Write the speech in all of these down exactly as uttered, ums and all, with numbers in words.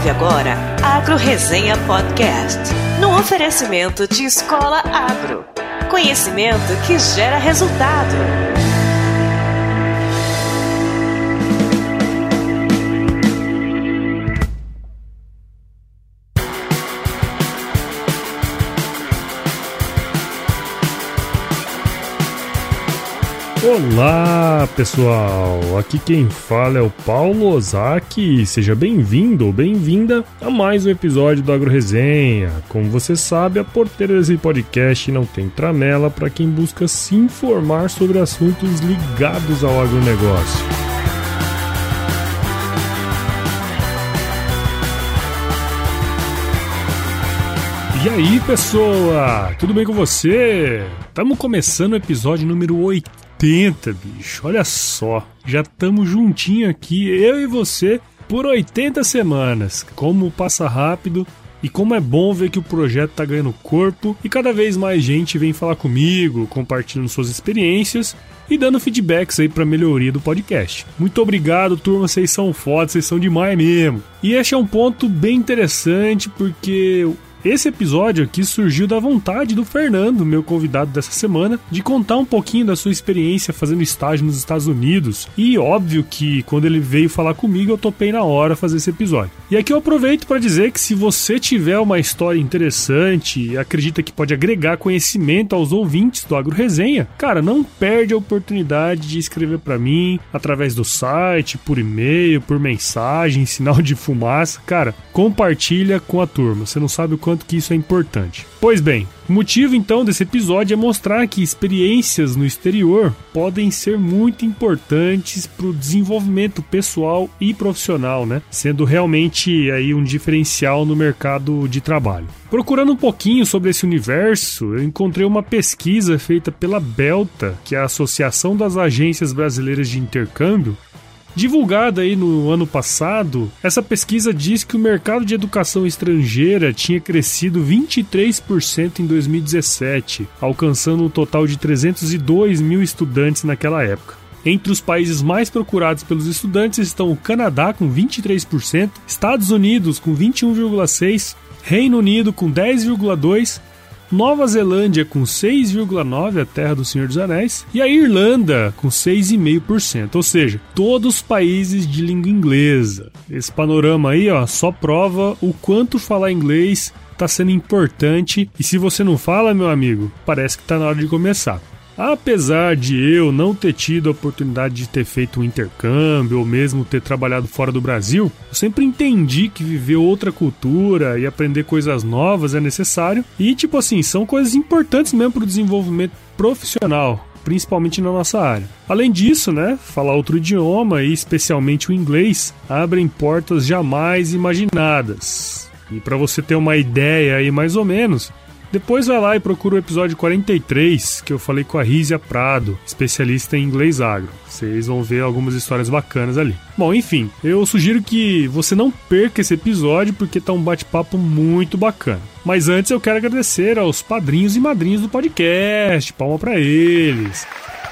ouve agora Agro Resenha Podcast, no oferecimento de Escola Agro. Conhecimento que gera resultado. Olá pessoal, aqui quem fala é o Paulo Ozaki, seja bem-vindo ou bem-vinda a mais um episódio do Agro Resenha. Como você sabe, a porteira desse podcast não tem tramela para quem busca se informar sobre assuntos ligados ao agronegócio. E aí pessoa, tudo bem com você? Estamos começando o episódio número oitenta, bicho, olha só, já estamos juntinho aqui, eu e você, por oitenta semanas. Como passa rápido e como é bom ver que o projeto tá ganhando corpo e cada vez mais gente vem falar comigo, compartilhando suas experiências e dando feedbacks aí pra melhoria do podcast. Muito obrigado, turma, vocês são fodas, vocês são demais mesmo. E este é um ponto bem interessante porque esse episódio aqui surgiu da vontade do Fernando, meu convidado dessa semana, de contar um pouquinho da sua experiência fazendo estágio nos Estados Unidos. E óbvio que quando ele veio falar comigo, eu topei na hora fazer esse episódio. E aqui eu aproveito para dizer que se você tiver uma história interessante e acredita que pode agregar conhecimento aos ouvintes do Agro Resenha, cara, não perde a oportunidade de escrever para mim através do site, por e-mail, por mensagem, sinal de fumaça. Cara, compartilha com a turma. Você não sabe o quanto que isso é importante. Pois bem, o motivo então desse episódio é mostrar que experiências no exterior podem ser muito importantes para o desenvolvimento pessoal e profissional, né? Sendo realmente aí um diferencial no mercado de trabalho. Procurando um pouquinho sobre esse universo, eu encontrei uma pesquisa feita pela Belta, que é a Associação das Agências Brasileiras de Intercâmbio. Divulgada aí no ano passado, essa pesquisa diz que o mercado de educação estrangeira tinha crescido vinte e três por cento em dois mil e dezessete, alcançando um total de trezentos e dois mil estudantes naquela época. Entre os países mais procurados pelos estudantes estão o Canadá com vinte e três por cento, Estados Unidos com vinte e um vírgula seis por cento, Reino Unido com dez vírgula dois por cento, Nova Zelândia com seis vírgula nove por cento, a terra do Senhor dos Anéis, e a Irlanda com seis vírgula cinco por cento, ou seja, todos os países de língua inglesa. Esse panorama aí, ó, só prova o quanto falar inglês está sendo importante, e se você não fala, meu amigo, parece que está na hora de começar. Apesar de eu não ter tido a oportunidade de ter feito um intercâmbio ou mesmo ter trabalhado fora do Brasil, eu sempre entendi que viver outra cultura e aprender coisas novas é necessário e, tipo assim, são coisas importantes mesmo para o desenvolvimento profissional, principalmente na nossa área. Além disso, né, falar outro idioma e especialmente o inglês abrem portas jamais imaginadas. E para você ter uma ideia aí mais ou menos, depois vai lá e procura o episódio quarenta e três, que eu falei com a Rízia Prado, especialista em inglês agro. Vocês vão ver algumas histórias bacanas ali. Bom, enfim, eu sugiro que você não perca esse episódio, porque tá um bate-papo muito bacana. Mas antes eu quero agradecer aos padrinhos e madrinhas do podcast. Palma pra eles.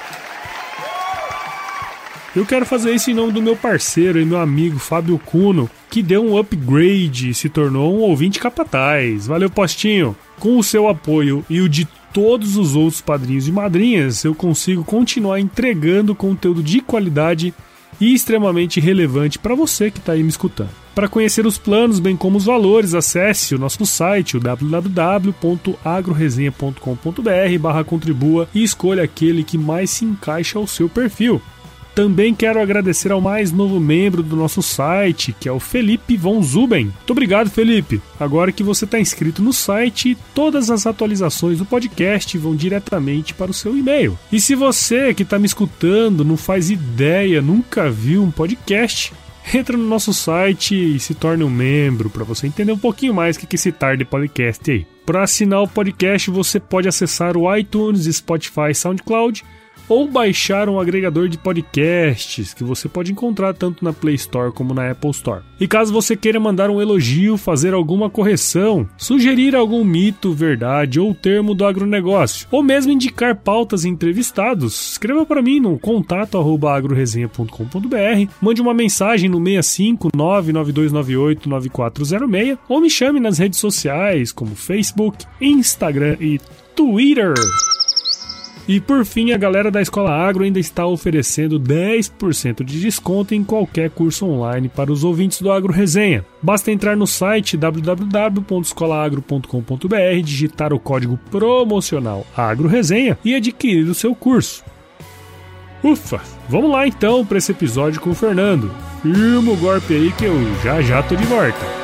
Eu quero fazer isso em nome do meu parceiro e meu amigo Fábio Cuno, que deu um upgrade e se tornou um ouvinte capataz. Valeu, Postinho! Com o seu apoio e o de todos os outros padrinhos e madrinhas, eu consigo continuar entregando conteúdo de qualidade e extremamente relevante para você que está aí me escutando. Para conhecer os planos, bem como os valores, acesse o nosso site, o w w w ponto agroresenha ponto com ponto b r barra contribua e escolha aquele que mais se encaixa ao seu perfil. Também quero agradecer ao mais novo membro do nosso site, que é o Felipe Von Zuben. Muito obrigado, Felipe! Agora que você está inscrito no site, todas as atualizações do podcast vão diretamente para o seu e-mail. E se você que está me escutando não faz ideia, nunca viu um podcast, entra no nosso site e se torne um membro para você entender um pouquinho mais o que é esse tarde podcast aí. Para assinar o podcast, você pode acessar o iTunes, Spotify, SoundCloud ou baixar um agregador de podcasts que você pode encontrar tanto na Play Store como na Apple Store. E caso você queira mandar um elogio, fazer alguma correção, sugerir algum mito, verdade ou termo do agronegócio, ou mesmo indicar pautas e entrevistados, escreva para mim no contato arroba agroresenha ponto com ponto b r, mande uma mensagem no seis cinco nove nove dois nove oito nove quatro zero seis ou me chame nas redes sociais como Facebook, Instagram e Twitter. E por fim, a galera da Escola Agro ainda está oferecendo dez por cento de desconto em qualquer curso online para os ouvintes do Agro Resenha. Basta entrar no site w w w ponto escola agro ponto com ponto b r, digitar o código promocional Agro Resenha e adquirir o seu curso. Ufa, vamos lá então para esse episódio com o Fernando. Firma o golpe aí que eu já já tô de volta.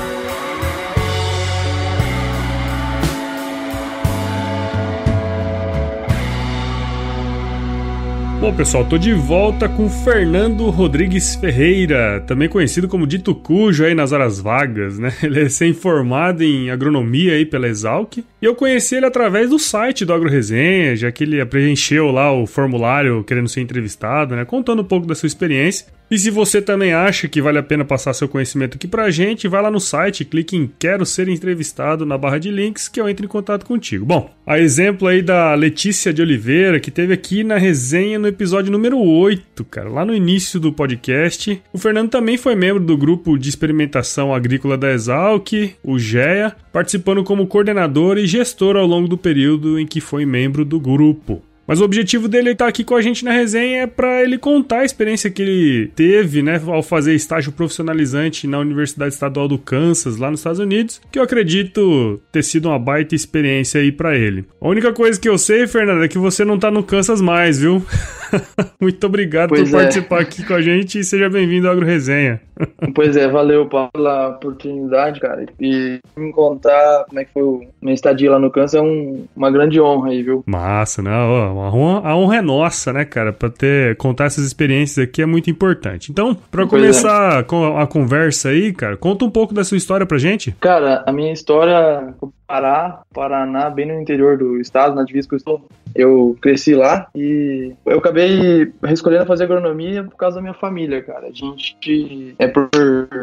Bom, pessoal, tô de volta com Fernando Rodrigues Ferreira, também conhecido como Dito Cujo aí nas horas vagas, né? Ele é recém-formado em agronomia aí pela Exalc, e eu conheci ele através do site do Agro Resenha, já que ele preencheu lá o formulário querendo ser entrevistado, né? Contando um pouco da sua experiência. E se você também acha que vale a pena passar seu conhecimento aqui pra gente, vai lá no site, clique em Quero Ser Entrevistado na barra de links que eu entro em contato contigo. Bom, a exemplo aí da Letícia de Oliveira, que teve aqui na resenha no episódio número oito, cara, lá no início do podcast. O Fernando também foi membro do grupo de experimentação agrícola da Exalc, o GEA, participando como coordenador e gestor ao longo do período em que foi membro do grupo. Mas o objetivo dele estar aqui com a gente na resenha é para ele contar a experiência que ele teve, né, ao fazer estágio profissionalizante na Universidade Estadual do Kansas, lá nos Estados Unidos, que eu acredito ter sido uma baita experiência aí para ele. A única coisa que eu sei, Fernando, é que você não tá no Kansas mais, viu? Muito obrigado pois por é. participar aqui com a gente e seja bem-vindo ao Agro Resenha. Pois é, valeu, Paulo, pela oportunidade, cara. E me contar como é que foi o minha estadia lá no Kansas é um, uma grande honra aí, viu? Massa, né? A honra, a honra é nossa, né, cara? Pra ter, contar essas experiências aqui é muito importante. Então, pra pois começar é. com a conversa aí, cara, conta um pouco da sua história pra gente. Cara, a minha história... Pará, Paraná, bem no interior do estado, na divisa que eu estou. Eu cresci lá e eu acabei escolhendo fazer agronomia por causa da minha família, cara. A gente é por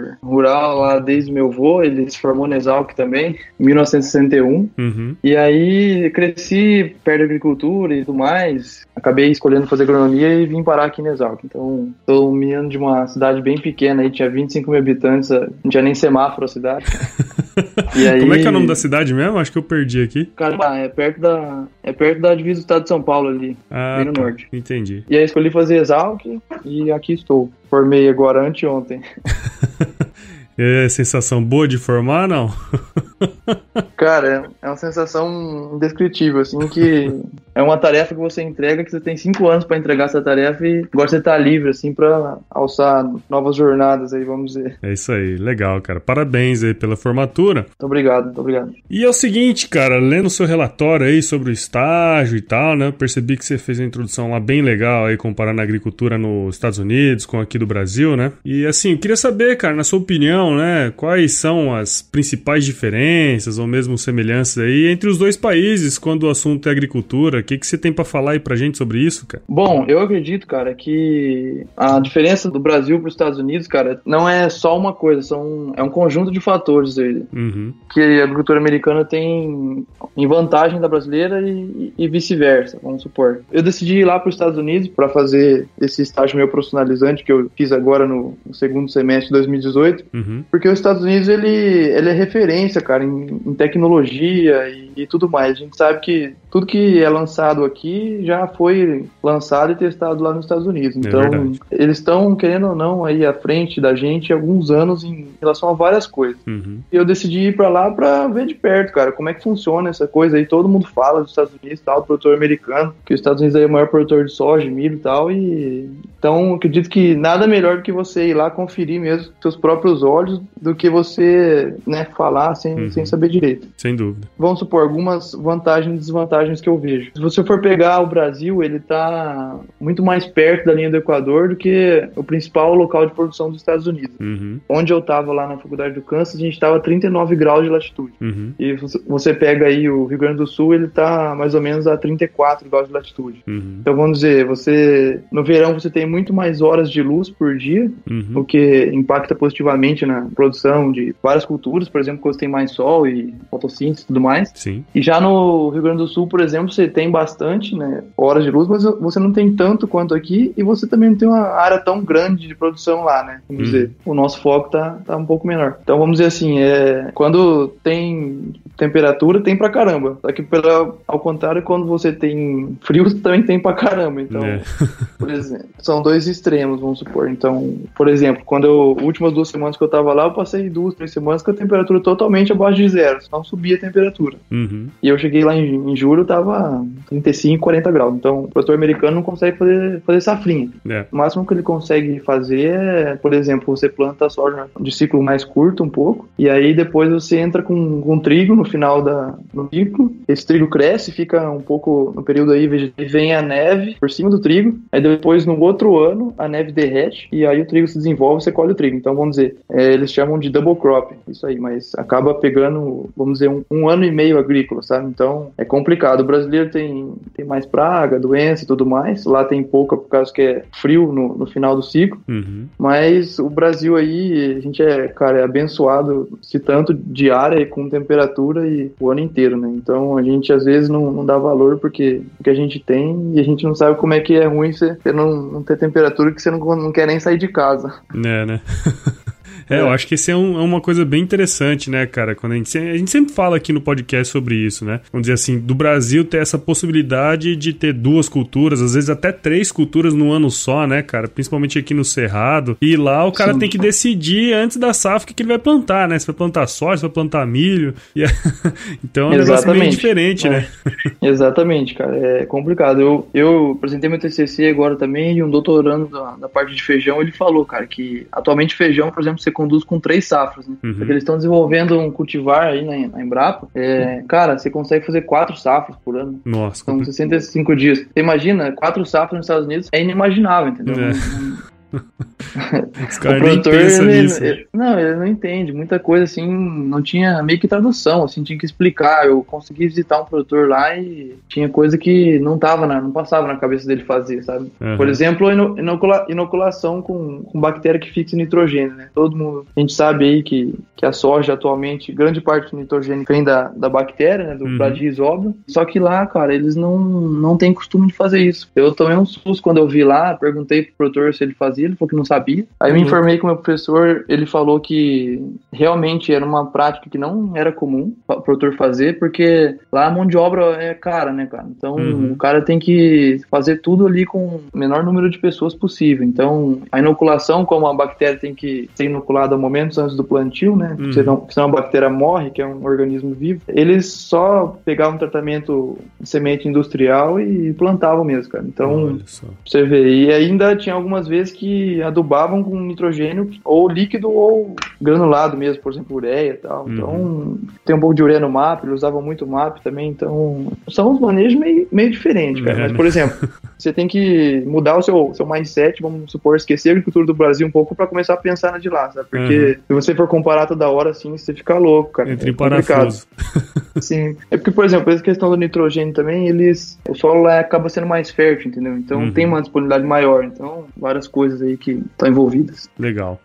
rural lá desde o meu avô, ele se formou na Exalc também, em mil novecentos e sessenta e um. Uhum. E aí cresci perto da agricultura e tudo mais. Acabei escolhendo fazer agronomia e vim parar aqui na Exalc. Então, sou um menino de uma cidade bem pequena aí, tinha vinte e cinco mil habitantes, não tinha nem semáforo a cidade. E aí... Como é que é o nome da cidade mesmo? Acho que eu perdi aqui. Caramba, é perto da, é perto da divisa do estado de São Paulo ali, ah, bem no tá. norte. Entendi. E aí escolhi fazer Exalc e aqui estou. Formei agora anteontem. É sensação boa de formar, não? Cara, é uma sensação indescritível, assim, que é uma tarefa que você entrega, que você tem cinco anos pra entregar essa tarefa e agora você tá livre, assim, pra alçar novas jornadas aí, vamos dizer. É isso aí, legal, cara. Parabéns aí pela formatura. Muito obrigado, muito obrigado. E é o seguinte, cara, lendo o seu relatório aí sobre o estágio e tal, né, eu percebi que você fez uma introdução lá bem legal aí, comparando a agricultura nos Estados Unidos com aqui do Brasil, né? E assim, eu queria saber, cara, na sua opinião, né, quais são as principais diferenças ou mesmo semelhanças aí entre os dois países quando o assunto é agricultura? O que, que você tem pra falar aí pra gente sobre isso, cara? Bom, eu acredito, cara, que a diferença do Brasil pros Estados Unidos, cara, não é só uma coisa, são, é um conjunto de fatores aí, uhum. que a agricultura americana tem em vantagem da brasileira e, e vice-versa, vamos supor. Eu decidi ir lá pros Estados Unidos pra fazer esse estágio meu profissionalizante que eu fiz agora no, no segundo semestre de dois mil e dezoito, uhum. porque os Estados Unidos, ele, ele é referência, cara, em, em tecnologia e, e tudo mais. A gente sabe que tudo que é lançado aqui já foi lançado e testado lá nos Estados Unidos. Então, é eles estão, querendo ou não, aí à frente da gente há alguns anos em relação a várias coisas. Uhum. E eu decidi ir pra lá pra ver de perto, cara, como é que funciona essa coisa aí. Todo mundo fala dos Estados Unidos e tal, do produtor americano, que os Estados Unidos aí é o maior produtor de soja, milho e tal, e então acredito que nada melhor do que você ir lá conferir mesmo com seus próprios olhos do que você, né, falar sem, uhum. sem saber direito. Sem dúvida. Vamos supor, algumas vantagens e desvantagens vantagens que eu vejo. Se você for pegar o Brasil, ele está muito mais perto da linha do Equador do que o principal local de produção dos Estados Unidos. Uhum. Onde eu estava lá na faculdade do Kansas, a gente estava a trinta e nove graus de latitude. Uhum. E você pega aí o Rio Grande do Sul, ele está mais ou menos a trinta e quatro graus de latitude. Uhum. Então vamos dizer, você no verão você tem muito mais horas de luz por dia, uhum. o que impacta positivamente na produção de várias culturas, por exemplo, quando tem mais sol e fotossíntese e tudo mais. Sim. E já no Rio Grande do Sul, por exemplo, você tem bastante, né, horas de luz, mas você não tem tanto quanto aqui e você também não tem uma área tão grande de produção lá, né? Vamos uhum. dizer, o nosso foco tá, tá um pouco menor. Então vamos dizer assim, é, quando tem temperatura, tem pra caramba. Só que pela, ao contrário, quando você tem frio, você também tem pra caramba. Então, é. por exemplo, são dois extremos, vamos supor. Então, por exemplo, quando eu, últimas duas semanas que eu tava lá, eu passei duas, três semanas com a temperatura totalmente abaixo de zero, não subia a temperatura. Uhum. E eu cheguei lá em, em julho, tava trinta e cinco, quarenta graus. Então, o produtor americano não consegue fazer, fazer safrinha. É. O máximo que ele consegue fazer é, por exemplo, você planta a soja de ciclo mais curto um pouco, e aí depois você entra com, com trigo no final da, do ciclo. Esse trigo cresce, fica um pouco no período aí, vem a neve por cima do trigo, aí depois no outro ano a neve derrete, e aí o trigo se desenvolve e você colhe o trigo. Então, vamos dizer, é, eles chamam de double crop, isso aí, mas acaba pegando, vamos dizer, um, um ano e meio agrícola, sabe? Então, é complicado. O brasileiro tem, tem mais praga, doença e tudo mais, lá tem pouca por causa que é frio no, no final do ciclo, uhum. mas o Brasil aí, a gente é, cara, é abençoado se tanto de área e com temperatura e o ano inteiro, né? Então, a gente às vezes não, não dá valor porque o que a gente tem e a gente não sabe como é que é ruim você, você não, não ter temperatura que você não, não quer nem sair de casa. É, né? É, eu acho que isso é, um, é uma coisa bem interessante, né, cara? Quando a gente, a gente sempre fala aqui no podcast sobre isso, né? Vamos dizer assim, do Brasil ter essa possibilidade de ter duas culturas, às vezes até três culturas no ano só, né, cara? Principalmente aqui no Cerrado. E lá o cara Sim. tem que decidir antes da safra o que, que ele vai plantar, né? Se vai plantar soja, se vai plantar milho. E então é um Exatamente. negócio bem diferente, é. né? Exatamente, cara. É complicado. Eu, eu apresentei meu T C C agora também e um doutorando da, da parte de feijão, ele falou, cara, que atualmente feijão, por exemplo, você conduz com três safras, né? Uhum. Porque eles estão desenvolvendo um cultivar aí na, na Embrapa. É, cara, você consegue fazer quatro safras por ano. Nossa. São sessenta e cinco dias. Você imagina, quatro safras nos Estados Unidos é inimaginável, entendeu? É. Não, não... Os caras nem pensam nisso. Ele, não, ele não entende. Muita coisa assim, não tinha meio que tradução, assim, tinha que explicar. Eu consegui visitar um produtor lá e tinha coisa que não tava na, não passava na cabeça dele fazer, sabe? Uhum. Por exemplo, inocula, inoculação com, com bactéria que fixa nitrogênio, né? Todo mundo, a gente sabe aí que, que a soja atualmente, grande parte do nitrogênio vem da, da bactéria, né? Do uhum. Bradyrhizobio. Só que lá, cara, eles não, não têm costume de fazer isso. Eu tomei um susto quando eu vi lá, perguntei pro produtor se ele fazia, ele falou que não sabia. Aí eu me informei com o meu professor, ele falou que realmente era uma prática que não era comum o produtor fazer, porque lá a mão de obra é cara, né, cara? Então uhum. o cara tem que fazer tudo ali com o menor número de pessoas possível. Então a inoculação, como a bactéria tem que ser inoculada momentos antes do plantio, né? Uhum. Senão, senão a bactéria morre, que é um organismo vivo. Eles só pegavam um tratamento de semente industrial e plantavam mesmo, cara. Então, você vê. E ainda tinha algumas vezes que adubavam com nitrogênio ou líquido ou granulado mesmo, por exemplo, ureia e tal. Uhum. Então, tem um pouco de ureia no M A P, eles usavam muito M A P também, então são uns manejos meio, meio diferentes, cara. É, Mas, por né? exemplo, você tem que mudar o seu, seu mindset, vamos supor, esquecer a agricultura do Brasil um pouco pra começar a pensar na de lá, sabe? Porque uhum. se você for comparar toda hora, assim, você fica louco, cara. Entre é complicado. Sim. É porque, por exemplo, essa questão do nitrogênio também, eles, o solo lá acaba sendo mais fértil, entendeu? Então uhum. tem uma disponibilidade maior, então várias coisas aí que estão envolvidas. Legal.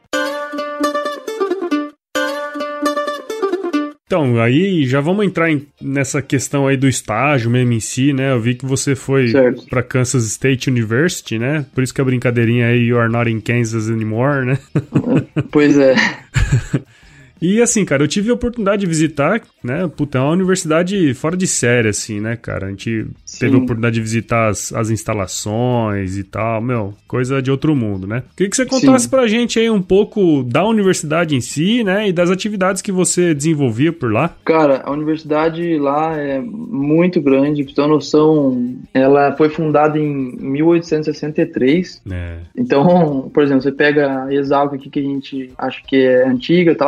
Então, aí já vamos entrar em, nessa questão aí do estágio mesmo em si, né? Eu vi que você foi para Kansas State University, né? Por isso que a brincadeirinha aí, you are not in Kansas anymore, né? Pois é. E assim, cara, eu tive a oportunidade de visitar, né? Puta, é uma universidade fora de série, assim, né, cara? A gente Sim. teve a oportunidade de visitar as, as instalações e tal, meu, coisa de outro mundo, né? Queria que você contasse Sim. pra gente aí um pouco da universidade em si, né? E das atividades que você desenvolvia por lá. Cara, a universidade lá é muito grande, pra ter uma noção, ela foi fundada em mil oitocentos e sessenta e três. É. Então, por exemplo, você pega a Exalc aqui, que a gente acha que é antiga, tal, de mil novecentos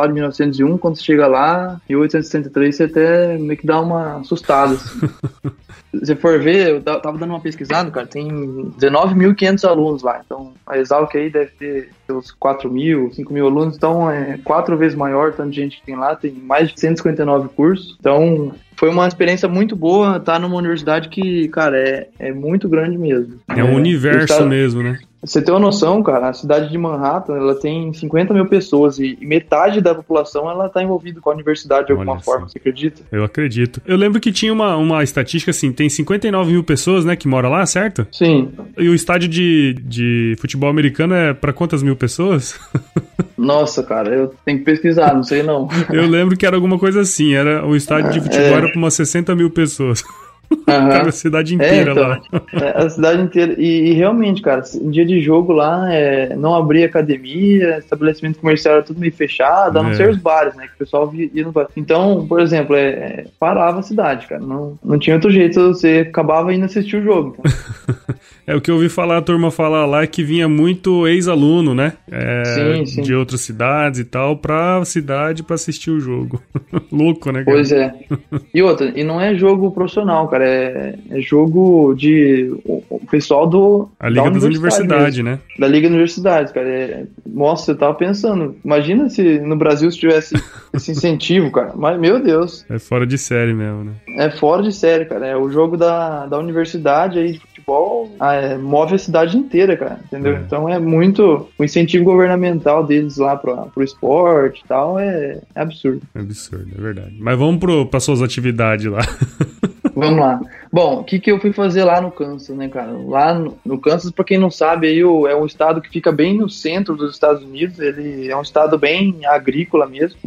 oitocentos e um, quando você chega lá, mil oitocentos e sessenta e três, você até meio que dá uma assustada, assim. Se você for ver, eu tava dando uma pesquisada, cara, tem dezenove mil e quinhentos alunos lá, então a Exalc aí deve ter uns quatro mil, cinco mil alunos, então é quatro vezes maior o tanto de gente que tem lá, tem mais de cento e cinquenta e nove cursos, então foi uma experiência muito boa estar numa universidade que, cara, é, é muito grande mesmo. É um é, universo estado, mesmo, né? Você tem uma noção, cara, a cidade de Manhattan, ela tem cinquenta mil pessoas e metade da população, ela tá envolvida com a universidade de alguma Olha forma, só. Você acredita? Eu acredito. Eu lembro que tinha uma, uma estatística assim, tem cinquenta e nove mil pessoas, né, que moram lá, certo? Sim. E o estádio de, de futebol americano é pra quantas mil pessoas? Nossa, cara, eu tenho que pesquisar, não sei não. Eu lembro que era alguma coisa assim, era o estádio de futebol é. era pra umas sessenta mil pessoas. Uhum. Cara, a cidade inteira é, então, lá. É, a cidade inteira. E, e realmente, cara, em dia de jogo lá, é, não abria academia, estabelecimento comercial era tudo meio fechado, a não é. ser os bares, né? Que o pessoal ia no bar. Então, por exemplo, é, é, parava a cidade, cara. Não, não tinha outro jeito, você acabava indo assistir o jogo. Então. É, o que eu ouvi falar, a turma falar lá é que vinha muito ex-aluno, né? É, sim, sim. De outras cidades e tal, pra cidade pra assistir o jogo. Louco, né, cara? Pois é. E outra, e não é jogo profissional, cara. É, é jogo de o, o pessoal do a Liga da das Universidades, né? Da Liga das Universidades, cara. É, nossa, eu tava pensando, imagina se no Brasil se tivesse esse incentivo, cara. Mas, meu Deus. É fora de série mesmo, né? É fora de série, cara. É o jogo da, da universidade aí de futebol, é, move a cidade inteira, cara. Entendeu? É. Então é muito o incentivo governamental deles lá pro, pro esporte e tal, é, é absurdo. É absurdo, é verdade. Mas vamos pro, pra suas atividades lá. Vamos lá. Bom, o que, que eu fui fazer lá no Kansas, né, cara? Lá no, no Kansas, pra quem não sabe, aí, o, é um estado que fica bem no centro dos Estados Unidos. Ele é um estado bem agrícola mesmo.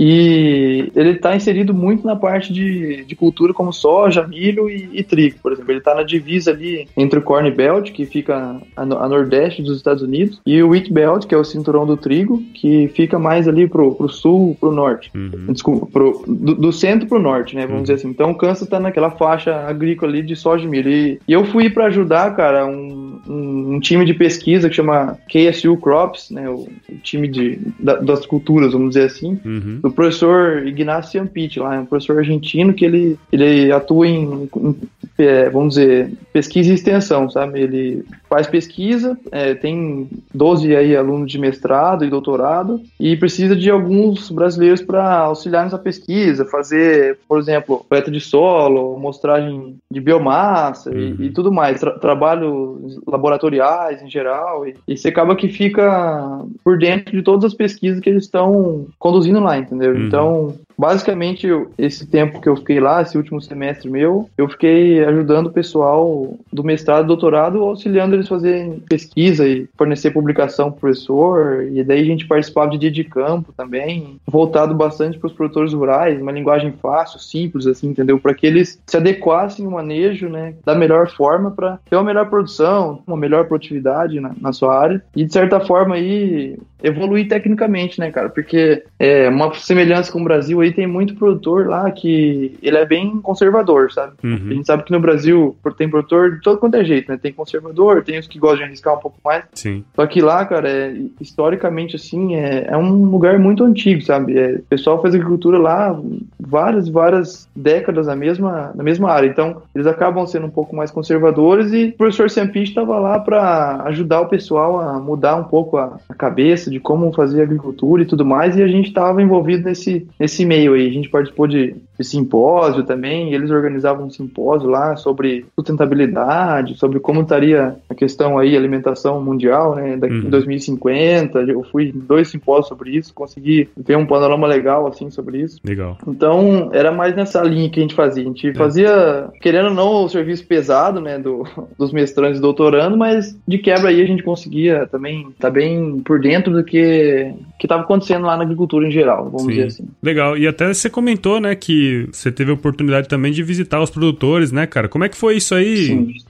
E ele tá inserido muito na parte de, de cultura como soja, milho e, e trigo, por exemplo. Ele tá na divisa ali entre o Corn Belt, que fica a, a nordeste dos Estados Unidos, e o Wheat Belt, que é o cinturão do trigo, que fica mais ali pro, pro sul, pro norte. Uhum. Desculpa, pro, do, do centro pro norte, né? Vamos uhum. dizer assim. Então o Kansas tá naquela faixa agrícola ali de soja e milho. E, e eu fui para ajudar, cara, um, um, um time de pesquisa que chama K S U Crops, né, o, o time de, da, das culturas, vamos dizer assim, uhum. do professor Ignacio Ciampiti, lá, é um professor argentino que ele, ele atua em, em é, vamos dizer, pesquisa e extensão, sabe? Ele faz pesquisa, é, tem doze aí alunos de mestrado e doutorado e precisa de alguns brasileiros para auxiliar nessa pesquisa, fazer, por exemplo, coleta de solo, mostragem de biomassa uhum. e, e tudo mais, Tra- trabalhos laboratoriais em geral, e, e você acaba que fica por dentro de todas as pesquisas que eles estão conduzindo lá, entendeu? Uhum. Então, basicamente, esse tempo que eu fiquei lá, esse último semestre meu, eu fiquei ajudando o pessoal do mestrado e doutorado, auxiliando eles a fazerem pesquisa e fornecer publicação pro professor, e daí a gente participava de dia de campo também, voltado bastante para os produtores rurais, uma linguagem fácil, simples, assim, entendeu? Para que eles se adequassem ao manejo, né, da melhor forma para ter uma melhor produção, uma melhor produtividade na, na sua área, e de certa forma aí evoluir tecnicamente, né, cara? Porque é uma semelhança com o Brasil aí, tem muito produtor lá que ele é bem conservador, sabe? Uhum. A gente sabe que no Brasil tem produtor de todo quanto é jeito, né? Tem conservador, tem os que gostam de arriscar um pouco mais. Sim. Só que lá, cara, é, historicamente, assim, é, é um lugar muito antigo, sabe? É, o pessoal faz agricultura lá várias, várias décadas na mesma, na mesma área. Então, eles acabam sendo um pouco mais conservadores e o professor Ciampiti estava lá para ajudar o pessoal a mudar um pouco a, a cabeça de como fazer agricultura e tudo mais, e a gente estava envolvido nesse, nesse meio aí. A gente participou de, de simpósio também, e eles organizavam um simpósio lá sobre sustentabilidade, sobre como estaria a questão aí, alimentação mundial, né, daqui uhum. em dois mil e cinquenta. Eu fui em dois simpósios sobre isso, consegui ver um panorama legal, assim, sobre isso. Legal. Então, era mais nessa linha que a gente fazia. A gente é. fazia, querendo ou não, o serviço pesado, né, do, dos mestrandos e doutorando, mas de quebra aí a gente conseguia também estar tá bem por dentro do que que estava acontecendo lá na agricultura em geral, vamos Sim. dizer assim. Legal. E até você comentou, né, que você teve a oportunidade também de visitar os produtores, né, cara? Como é que foi isso aí? Sim.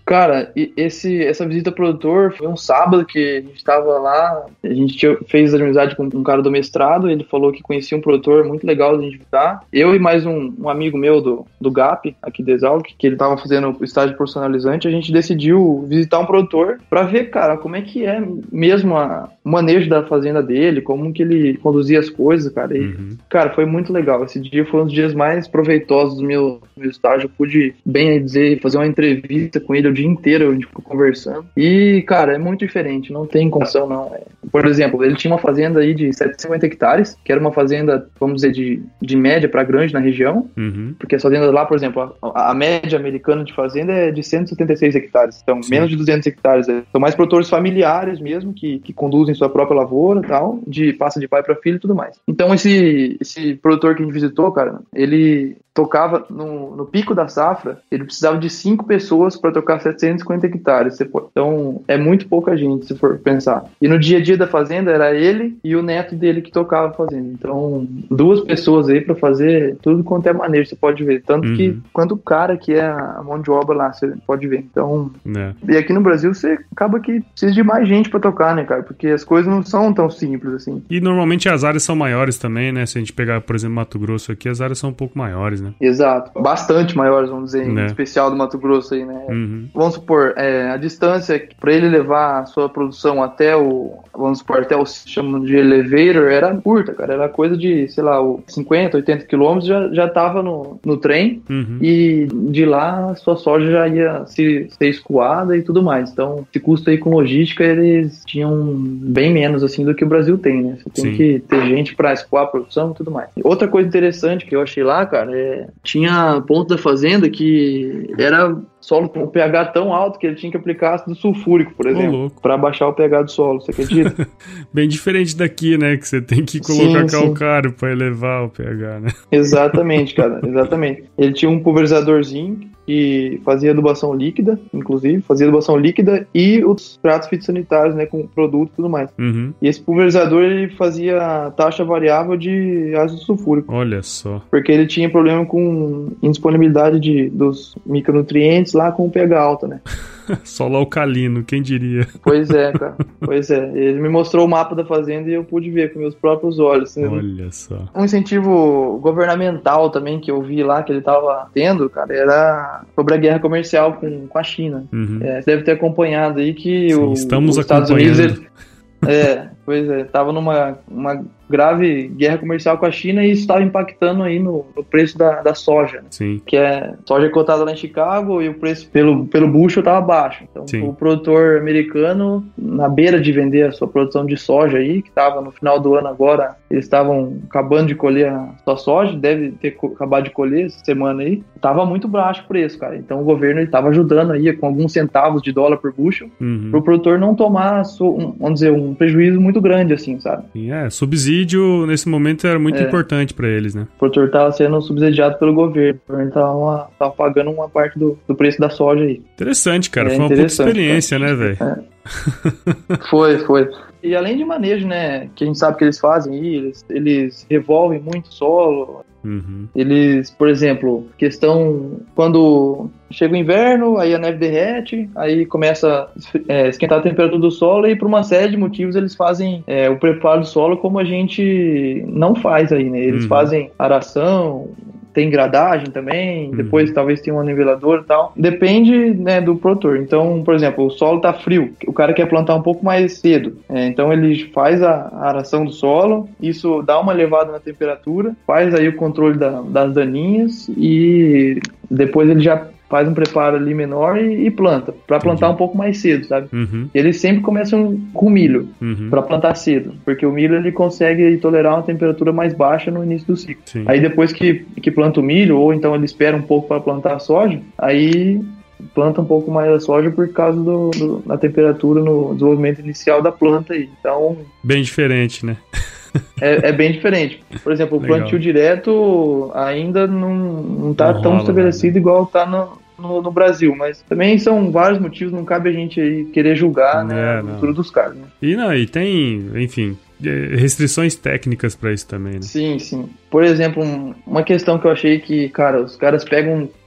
Cara, esse, essa visita ao produtor foi um sábado que a gente tava lá, a gente tinha, fez amizade com um cara do mestrado, ele falou que conhecia um produtor muito legal de a gente visitar. Eu e mais um, um amigo meu do, do G A P, aqui de Exalc, que ele tava fazendo o estágio profissionalizante, a gente decidiu visitar um produtor pra ver, cara, como é que é mesmo a, o manejo da fazenda dele, como que ele conduzia as coisas, cara. E, uhum. cara, foi muito legal. Esse dia foi um dos dias mais proveitosos do meu, do meu estágio. Eu pude, bem dizer, fazer uma entrevista com ele o dia inteiro, a gente ficou conversando. E, cara, é muito diferente, não tem condição, não. Por exemplo, ele tinha uma fazenda aí de setecentos e cinquenta hectares, que era uma fazenda, vamos dizer, de, de média pra grande na região, uhum. porque as fazendas lá, por exemplo, a, a média americana de fazenda é de cento e setenta e seis hectares, então Sim. menos de duzentos hectares. São mais produtores familiares mesmo, que, que conduzem sua própria lavoura e tal, de, passa de pai para filho e tudo mais. Então esse, esse produtor que a gente visitou, cara, ele tocava no, no pico da safra, ele precisava de cinco pessoas para tocar setecentos e cinquenta hectares. Então é muito pouca gente, se for pensar. E no dia a dia da fazenda era ele e o neto dele que tocava a fazenda. Então duas pessoas aí para fazer tudo quanto é maneiro, você pode ver. Tanto uhum. que quanto o cara que é a mão de obra lá, você pode ver. Então, é. E aqui no Brasil você acaba que precisa de mais gente para tocar, né, cara? Porque as coisas não são tão simples assim. E normalmente as áreas são maiores também, né? Se a gente pegar, por exemplo, Mato Grosso aqui, as áreas são um pouco maiores, né? Exato. Bastante maiores, vamos dizer, né? Em especial do Mato Grosso aí, né? Uhum. Vamos supor, é, a distância para ele levar a sua produção até o, vamos supor, até o chamam de elevator, era curta, cara. Era coisa de, sei lá, cinquenta, oitenta quilômetros, já, já tava no, no trem uhum. e de lá a sua soja já ia se, ser escoada e tudo mais. Então, esse custo aí com logística, eles tinham bem menos, assim, do que o Brasil tem, né? Você tem Sim. que ter gente para escoar a produção e tudo mais. Outra coisa interessante que eu achei lá, cara, é... tinha ponto da fazenda que era solo com o pH tão alto que ele tinha que aplicar ácido sulfúrico, por exemplo, para baixar o pH do solo, você acredita? Bem diferente daqui, né, que você tem que colocar sim, calcário para elevar o pH, né? Exatamente, cara, exatamente. Ele tinha um pulverizadorzinho que fazia adubação líquida, inclusive, fazia adubação líquida e os tratos fitossanitários, né, com produto e tudo mais. Uhum. E esse pulverizador, ele fazia taxa variável de ácido sulfúrico. Olha só. Porque ele tinha problema com indisponibilidade de, dos micronutrientes lá com o pH alto, né? Solo alcalino, quem diria? Pois é, cara. Pois é. Ele me mostrou o mapa da fazenda e eu pude ver com meus próprios olhos. Né? Olha só. Um incentivo governamental também que eu vi lá, que ele tava tendo, cara, era sobre a guerra comercial com, com a China. Uhum. É, você deve ter acompanhado aí que Sim, o, estamos os Estados Unidos... Ele, acompanhando. é, pois é. Tava numa... Uma, grave guerra comercial com a China e isso estava impactando aí no, no preço da, da soja, né? Sim. Que é soja cotada lá em Chicago e o preço pelo, pelo bushel estava baixo. Então Sim. o produtor americano, na beira de vender a sua produção de soja aí, que estava no final do ano agora, eles estavam acabando de colher a sua soja, deve ter acabado de colher essa semana aí, estava muito baixo o preço, cara. Então o governo estava ajudando aí com alguns centavos de dólar por bushel, uhum. para o produtor não tomar, um, vamos dizer, um prejuízo muito grande, assim, sabe? Sim, é, subsídio nesse momento era muito é. importante para eles, né? O produtor estava sendo subsidiado pelo governo. O governo estava tava pagando uma parte do, do preço da soja aí. Interessante, cara. É foi uma puta experiência, cara. Né, velho? É. Foi, foi. E além de manejo, né, que a gente sabe que eles fazem aí, eles, eles revolvem muito o solo. Uhum. Eles, por exemplo, questão quando chega o inverno, aí a neve derrete, aí começa a é, esquentar a temperatura do solo e por uma série de motivos eles fazem é, o preparo do solo como a gente não faz aí, né? Eles uhum. fazem aração, tem gradagem também, uhum. depois talvez tenha um nivelador e tal. Depende, né, do produtor. Então, por exemplo, o solo tá frio, o cara quer plantar um pouco mais cedo. É, então ele faz a, a aração do solo, isso dá uma elevada na temperatura, faz aí o controle da, das daninhas e depois ele já faz um preparo ali menor e, e planta, para plantar Entendi. um pouco mais cedo, sabe? Uhum. Eles sempre começam com milho, uhum. para plantar cedo, porque o milho ele consegue tolerar uma temperatura mais baixa no início do ciclo. Sim. Aí depois que, que planta o milho, ou então ele espera um pouco para plantar a soja, aí planta um pouco mais a soja por causa do, do, da temperatura no desenvolvimento inicial da planta aí. Então... Bem diferente, né? É, é bem diferente. Por exemplo, o Legal. plantio direto ainda não está tão rola, estabelecido né? igual está no, no, no Brasil, mas também são vários motivos, não cabe a gente aí querer julgar, né, é, a cultura dos caras. Né? E, não, e tem, enfim, restrições técnicas para isso também, né? Sim, sim. Por exemplo, uma questão que eu achei que, cara, os caras pegam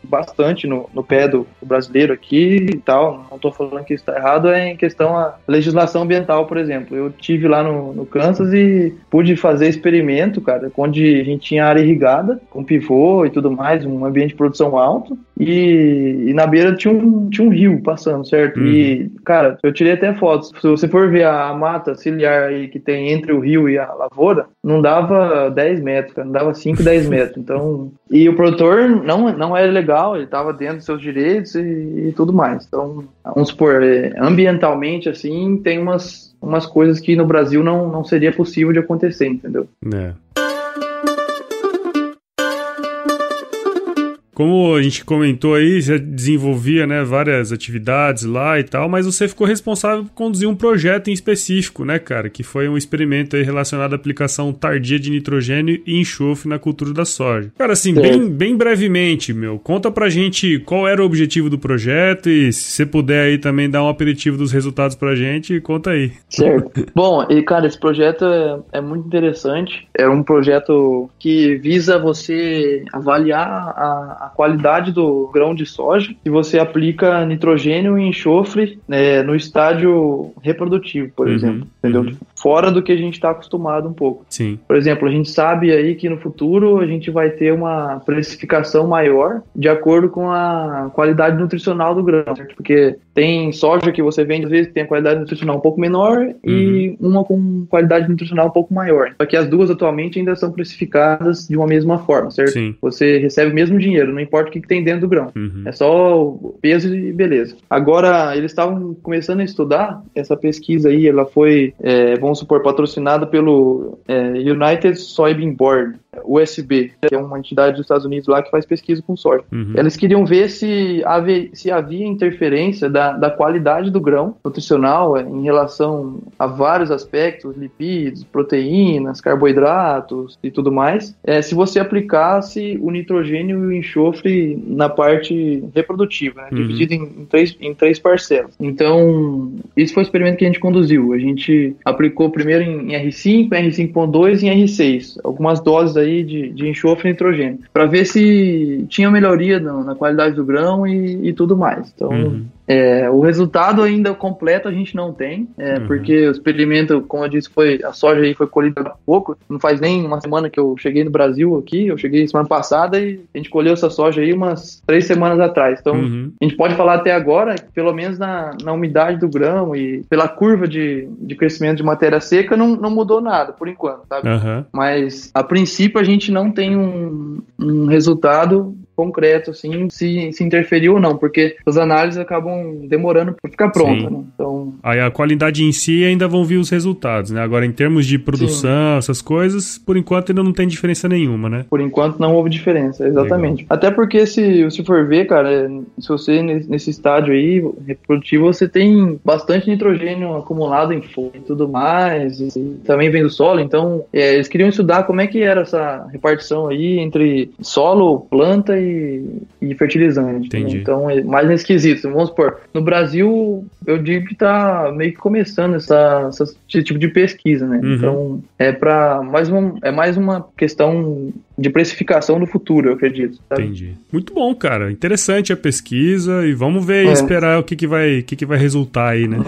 bastante no, no pé do, do brasileiro aqui e tal. Não estou falando que isso está errado, é em questão a legislação ambiental, por exemplo. Eu tive lá no, no Kansas e pude fazer experimento, cara, onde a gente tinha área irrigada, com pivô e tudo mais, um ambiente de produção alto, e, e na beira tinha um, tinha um rio passando, certo? Uhum. E, cara, eu tirei até fotos. Se você for ver a mata ciliar aí que tem entre o rio e a lavoura, não dava dez metros, cara, não dava cinco, dez metros. Então, e o produtor não, não era legal, ele estava dentro dos seus direitos e, e tudo mais. Então, vamos supor, ambientalmente, assim, tem umas, umas coisas que no Brasil não, não seria possível de acontecer, entendeu? É. Como a gente comentou aí, você desenvolvia, né, várias atividades lá e tal, mas você ficou responsável por conduzir um projeto em específico, né, cara? Que foi um experimento aí relacionado à aplicação tardia de nitrogênio e enxofre na cultura da soja. Cara, assim, bem, bem brevemente, meu, conta pra gente qual era o objetivo do projeto e se você puder aí também dar um aperitivo dos resultados pra gente, conta aí. Certo. Bom, e cara, esse projeto é, é muito interessante. É um projeto que visa você avaliar a a qualidade do grão de soja se você aplica nitrogênio e enxofre, né, no estádio reprodutivo, por uhum, exemplo, entendeu? Uhum. Fora do que a gente está acostumado um pouco. Sim. Por exemplo, a gente sabe aí que no futuro a gente vai ter uma precificação maior de acordo com a qualidade nutricional do grão, certo? Porque tem soja que você vende, às vezes, que tem a qualidade nutricional um pouco menor uhum. e uma com qualidade nutricional um pouco maior. Só que as duas atualmente ainda são precificadas de uma mesma forma, certo? Sim. Você recebe o mesmo dinheiro, não importa o que tem dentro do grão. Uhum. É só o peso e beleza. Agora, eles estavam começando a estudar, essa pesquisa aí, ela foi, é, vamos supor, patrocinada pelo é, United Soybean Board, U S B, que é uma entidade dos Estados Unidos lá que faz pesquisa com soja. Uhum. Eles queriam ver se havia, se havia interferência da, da qualidade do grão nutricional em relação a vários aspectos, lipídios, proteínas, carboidratos e tudo mais, é, se você aplicasse o nitrogênio e o enxofre na parte reprodutiva, né, uhum. dividido em, em, três, em três parcelas. Então, esse foi o experimento que a gente conduziu. A gente aplicou primeiro em R cinco, R cinco ponto dois e em R seis, algumas doses aí de, de enxofre e nitrogênio, para ver se tinha melhoria na, na qualidade do grão e, e tudo mais. Então, uhum. é, o resultado ainda completo a gente não tem, é, uhum. porque o experimento, como eu disse, foi, a soja aí foi colhida há pouco, não faz nem uma semana que eu cheguei no Brasil aqui, eu cheguei semana passada e a gente colheu essa soja aí umas três semanas atrás. Então, uhum. a gente pode falar até agora, que pelo menos na, na umidade do grão e pela curva de, de crescimento de matéria seca, não, não mudou nada, por enquanto, sabe? Uhum. Mas, a princípio, a gente não tem um, um resultado concreto, assim, se, se interferiu ou não, porque as análises acabam demorando para ficar pronta, né? Então... Aí a qualidade em si ainda vão vir os resultados, né? Agora, em termos de produção, Sim. essas coisas, por enquanto ainda não tem diferença nenhuma, né? Por enquanto não houve diferença, exatamente. Legal. Até porque se você for ver, cara, se você nesse estádio aí, reprodutivo, você tem bastante nitrogênio acumulado em folha e tudo mais, e também vem do solo, então é, eles queriam estudar como é que era essa repartição aí entre solo, planta e E, e fertilizante. Entendi. Né? Então, é mais nesse quesito. Vamos supor, no Brasil, eu digo que está meio que começando essa, essa, esse tipo de pesquisa, né? Uhum. Então, é para mais uma, é mais uma questão de precificação do futuro, eu acredito. Sabe? Entendi. Muito bom, cara. Interessante a pesquisa e vamos ver e é. esperar o que, que, vai, que, que vai resultar aí, né?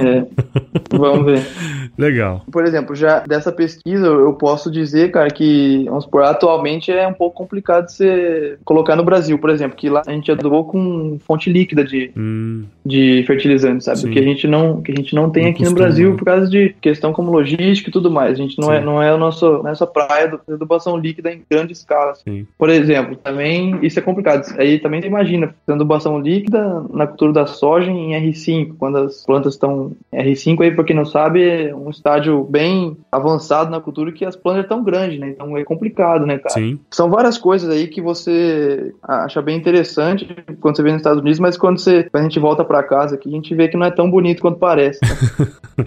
É. Vamos ver. Legal. Por exemplo, já dessa pesquisa, eu posso dizer, cara, que, vamos supor, atualmente é um pouco complicado de você colocar no Brasil, por exemplo, que lá a gente adubou com fonte líquida de, hum. de fertilizante, sabe? Sim. Que a gente não, que a gente não tem não aqui costuma. no Brasil por causa de questão como logística e tudo mais. A gente não Sim. é, não é a nossa, nossa praia de adubação líquida em grande escala. Assim. Por exemplo, também isso é complicado. Aí também você imagina, adubação líquida na cultura da soja em R cinco, quando as plantas estão R cinco, aí pra quem não sabe, é um estágio bem avançado na cultura que as plantas estão grandes, né? Então é complicado, né, cara? Sim. São várias coisas aí que você acha bem interessante quando você vê nos Estados Unidos, mas quando, você, quando a gente volta pra casa aqui, a gente vê que não é tão bonito quanto parece. Né?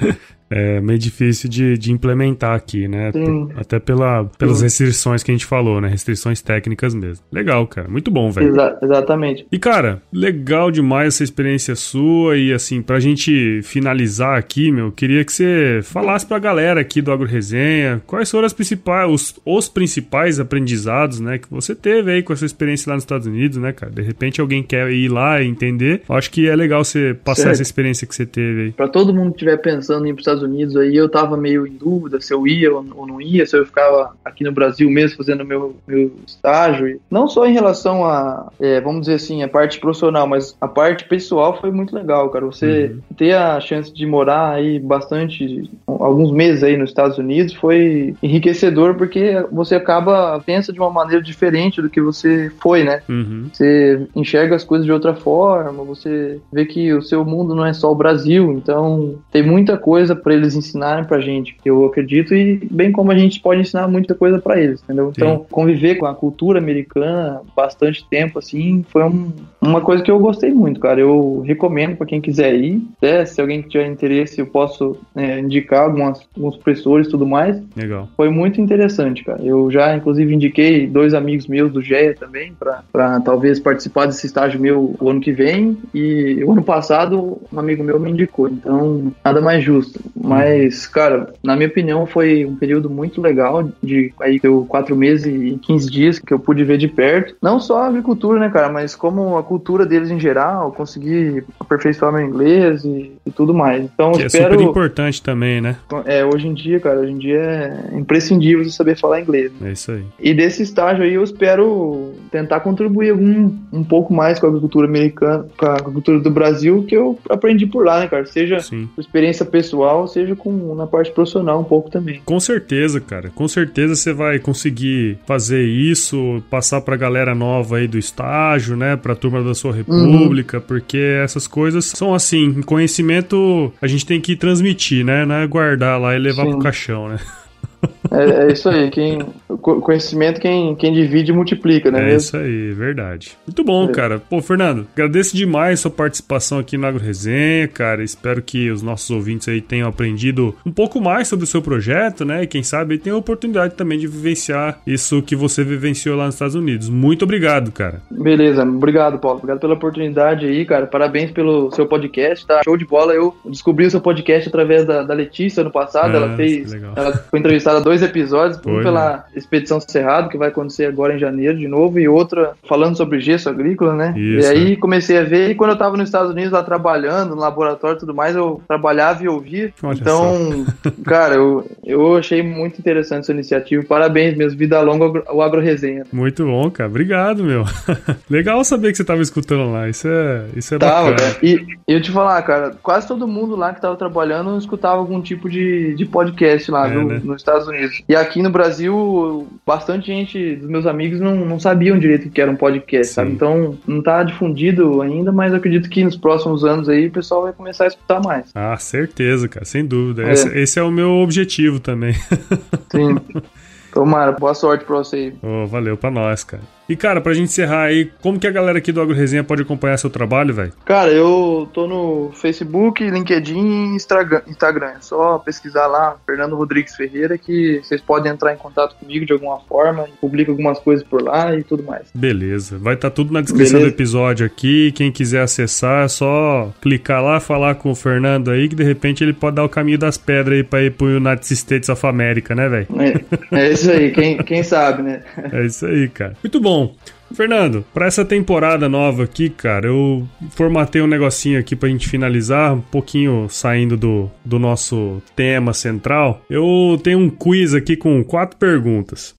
é meio difícil de, de implementar aqui, né? Sim. Até pela, pelas Sim. restrições que a gente falou, né? Restrições técnicas mesmo. Legal, cara. Muito bom, velho. Exa- exatamente. E, cara, legal demais essa experiência sua e, assim, pra gente finalizar aqui, meu, queria que você falasse pra galera aqui do AgroResenha quais foram as principais, os, os principais aprendizados, né, que você teve aí com essa experiência lá nos Estados Unidos, né, cara? De repente alguém quer ir lá e entender. Eu acho que é legal você passar certo. Essa experiência que você teve aí. Pra todo mundo que estiver pensando em ir pros Estados Unidos aí, eu tava meio em dúvida se eu ia ou não ia, se eu ficava aqui no Brasil mesmo fazendo meu, meu estágio. E não só em relação a, é, vamos dizer assim, a parte profissional, mas a parte pessoal foi muito legal, cara. Você uhum. ter a chance de morar aí bastante, alguns meses aí nos Estados Unidos foi enriquecedor, porque você acaba, pensa de uma maneira diferente do que você foi, né? Uhum. Você enxerga as coisas de outra forma, você vê que o seu mundo não é só o Brasil, então tem muita coisa para eles ensinarem pra gente, que eu acredito, e bem como a gente pode ensinar muita coisa para eles, entendeu? Então, Sim. conviver com a cultura americana bastante tempo, assim, foi um, uma coisa que eu gostei muito, cara. Eu recomendo para quem quiser ir, até se alguém tiver interesse, eu posso é, indicar algumas, alguns professores e tudo mais. Legal. Foi muito interessante, cara. Eu já, inclusive, indiquei dois amigos meus do G E A também, para talvez participar desse estágio meu o ano que vem, e o ano passado um amigo meu me indicou, então nada mais justo. Mas, cara, na minha opinião, foi um período muito legal, de aí eu quatro meses e quinze dias que eu pude ver de perto, não só a agricultura, né, cara, mas como a cultura deles em geral, conseguir aperfeiçoar meu inglês e, e tudo mais. Então, que espero... é super importante também, né? É, hoje em dia, cara, hoje em dia é imprescindível você saber falar inglês. É isso aí. E desse estágio aí eu espero tentar contribuir algum, um pouco mais com a agricultura americana, com a agricultura do Brasil, que eu aprendi por lá, né, cara? Seja Sim. por experiência pessoal, seja com, na parte profissional um pouco também. Com certeza, cara. Com certeza você vai conseguir fazer isso, passar pra galera nova aí do estágio, né? Pra turma da sua república, uhum. porque essas coisas são assim, conhecimento a gente tem que transmitir, né? Não é guardar lá e levar Sim. pro caixão, né? É, é isso aí, quem, conhecimento quem, quem divide multiplica, né? É mesmo? Isso aí, verdade. Muito bom, é. cara. Pô, Fernando, agradeço demais sua participação aqui no AgroResenha, cara. Espero que os nossos ouvintes aí tenham aprendido um pouco mais sobre o seu projeto, né? E quem sabe tenham a oportunidade também de vivenciar isso que você vivenciou lá nos Estados Unidos. Muito obrigado, cara. Beleza, obrigado, Paulo. Obrigado pela oportunidade aí, cara. Parabéns pelo seu podcast, tá? Show de bola. Eu descobri o seu podcast através da, da Letícia ano passado. Ah, ela fez. Ela foi entrevistada dois episódios, um pela Expedição Cerrado, que vai acontecer agora em janeiro de novo, e outra falando sobre gesso agrícola, né? Isso, e aí é. comecei a ver, e quando eu tava nos Estados Unidos lá trabalhando, no laboratório e tudo mais, eu trabalhava e ouvia. Olha então, só. cara, eu, eu achei muito interessante essa iniciativa. Parabéns mesmo, vida longa ao AgroResenha. Muito bom, cara. Obrigado, meu. Legal saber que você tava escutando lá. Isso é, isso é tava, bacana. Cara. E eu te falar, cara, quase todo mundo lá que tava trabalhando escutava algum tipo de, de podcast lá é, no, né? nos Estados Unidos. E aqui no Brasil, bastante gente dos meus amigos não, não sabiam direito o que era um podcast, Sim. sabe? Então, não tá difundido ainda, mas eu acredito que nos próximos anos aí o pessoal vai começar a escutar mais. Ah, certeza, cara, sem dúvida. É. Esse, esse é o meu objetivo também. Sim. Tomara, boa sorte pra você aí. Oh, valeu pra nós, cara. E, cara, pra gente encerrar aí, como que a galera aqui do AgroResenha pode acompanhar seu trabalho, velho? Cara, eu tô no Facebook, LinkedIn e Instagram. É só pesquisar lá, Fernando Rodrigues Ferreira, que vocês podem entrar em contato comigo de alguma forma, publico algumas coisas por lá e tudo mais. Beleza. Vai estar tá tudo na descrição Beleza. do episódio aqui. Quem quiser acessar, é só clicar lá, falar com o Fernando aí, que de repente ele pode dar o caminho das pedras aí pra ir pro United States of America, né, velho? É, é isso aí, quem, quem sabe, né? É isso aí, cara. Muito bom. Fernando, pra essa temporada nova aqui, cara, eu formatei um negocinho aqui pra gente finalizar, um pouquinho saindo do, do nosso tema central. Eu tenho um quiz aqui com quatro perguntas.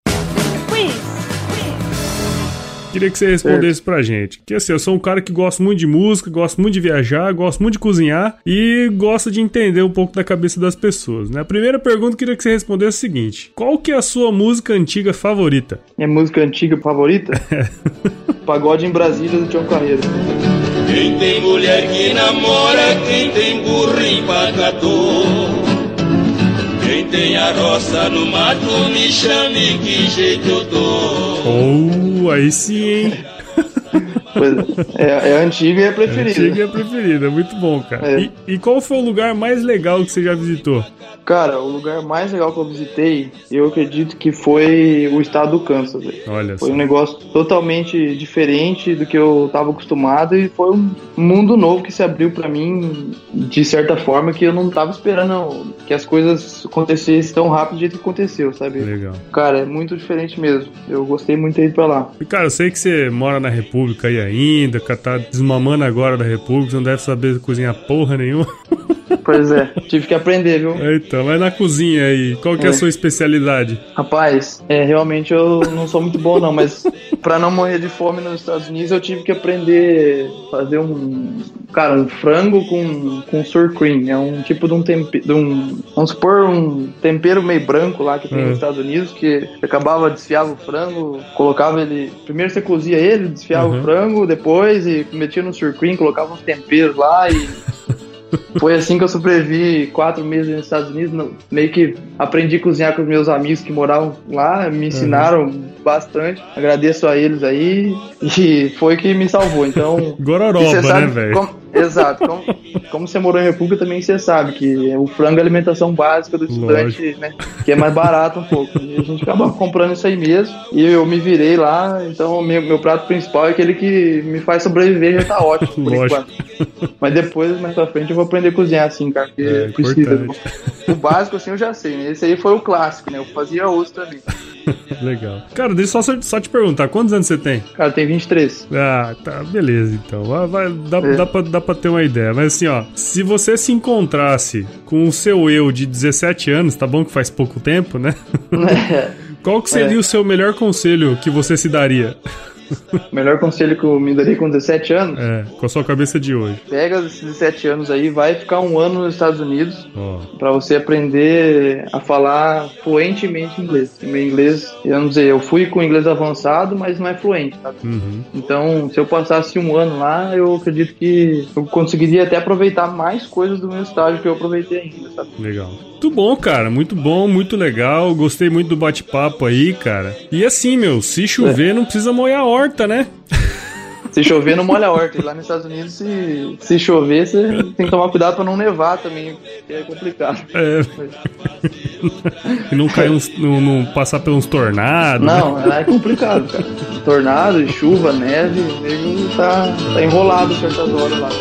Queria que você respondesse pra gente. Que assim, eu sou um cara que gosta muito de música, gosto muito de viajar, gosto muito de cozinhar e gosto de entender um pouco da cabeça das pessoas, né? A primeira pergunta eu queria que você respondesse o seguinte: qual que é a sua música antiga favorita? Minha música antiga favorita? É. Pagode em Brasília, do Tião Carreiro. Quem tem mulher que namora, quem tem burro empacador. Quem tem a roça no mato, me chame, que jeito eu dou. Oh, aí sim, hein? Pois é, é antiga e é preferida. É antiga e é preferida, muito bom, cara. É. E, e qual foi o lugar mais legal que você já visitou? Cara, o lugar mais legal que eu visitei, eu acredito que foi o estado do Kansas. Véio. Olha foi só. um negócio totalmente diferente do que eu tava acostumado e foi um mundo novo que se abriu pra mim, de certa forma, que eu não tava esperando que as coisas acontecessem tão rápido do jeito que aconteceu, sabe? Legal. Cara, é muito diferente mesmo. Eu gostei muito de ir pra lá. E, cara, eu sei que você mora na República aí ainda, que tá desmamando agora da República, você não deve saber cozinhar porra nenhuma. Pois é, tive que aprender, viu? Então, vai na cozinha aí. Qual que é, é a sua especialidade? Rapaz, é, realmente eu não sou muito bom não, mas pra não morrer de fome nos Estados Unidos eu tive que aprender a fazer um, cara, um frango com, com sour cream. É um tipo de um tempero, de um, vamos supor, um tempero meio branco lá que tem uhum. nos Estados Unidos, que acabava, desfiava o frango, colocava ele, primeiro você cozia ele, desfiava uhum. o frango, depois e metia no sour cream, colocava uns temperos lá e... Foi assim que eu sobrevivi quatro meses nos Estados Unidos. Meio que aprendi a cozinhar com os meus amigos que moravam lá, me ensinaram uhum. bastante. Agradeço a eles aí e foi que me salvou. Então, gororoba, sabe, né, velho? Exato. Como, como você morou em República, também você sabe que o frango é a alimentação básica do estudante, né? Que é mais barato um pouco. E a gente acaba comprando isso aí mesmo. E eu me virei lá. Então, meu, meu prato principal é aquele que me faz sobreviver, já tá ótimo, por Lógico. enquanto. Mas depois, mais pra frente, eu vou aprender a cozinhar assim, cara. Porque é, precisa. O básico, assim, eu já sei, né? Esse aí foi o clássico, né? Eu fazia outros também. Legal. Cara, deixa eu só, só te perguntar, quantos anos você tem? Cara, tem vinte e três. Ah, tá, beleza, então. Vai, vai, dá, é. dá, pra, dá pra ter uma ideia. Mas assim, ó, se você se encontrasse com o seu eu de dezessete anos, tá bom que faz pouco tempo, né? É. Qual que seria é. o seu melhor conselho que você se daria? O melhor conselho que eu me daria com dezessete anos? É, com a sua cabeça de hoje. Pega esses dezessete anos aí, vai ficar um ano nos Estados Unidos oh. pra você aprender a falar fluentemente inglês. O meu inglês, eu não sei, eu fui com inglês avançado, mas não é fluente, sabe? Uhum. Então, se eu passasse um ano lá, eu acredito que eu conseguiria até aproveitar mais coisas do meu estágio que eu aproveitei ainda, sabe? Legal. Muito bom, cara, muito bom, muito legal. Gostei muito do bate-papo aí, cara. E assim, meu, se chover, é. não precisa molhar a horta, né? Se chover, não molha a horta. E lá nos Estados Unidos, se, se chover, você tem que tomar cuidado pra não nevar também, que é complicado. É. E não cair uns, não, não passar pelos tornados. Não, né? É complicado, cara. Tornado, chuva, neve, ele tá, tá enrolado certas horas lá.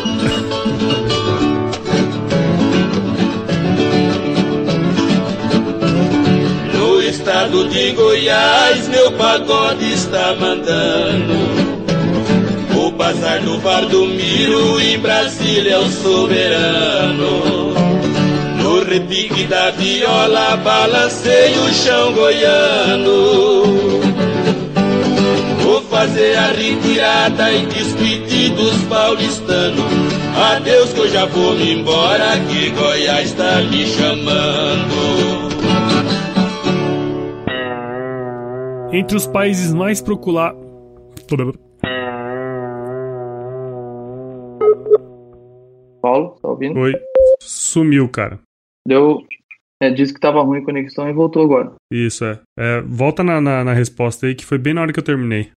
No estado de Goiás, meu pagode está mandando. O bazar do Valdomiro em Brasília é o soberano. No repique da viola balancei o chão goiano. Vou fazer a retirada e despedir dos paulistanos. Adeus que eu já vou me embora, que Goiás tá me chamando. Entre os países mais procurados... Paulo, tá ouvindo? Oi. Sumiu, cara. Deu... É, disse que tava ruim a conexão e voltou agora. Isso, é. é volta na, na, na resposta aí, que foi bem na hora que eu terminei.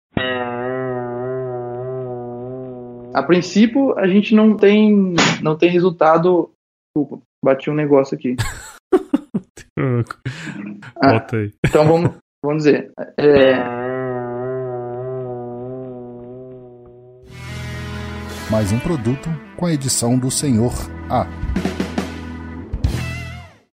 A princípio, a gente não tem, não tem resultado... Desculpa, bati um negócio aqui. Volta aí. Ah, então vamos, vamos dizer... É... Mais um produto com a edição do Senhor A.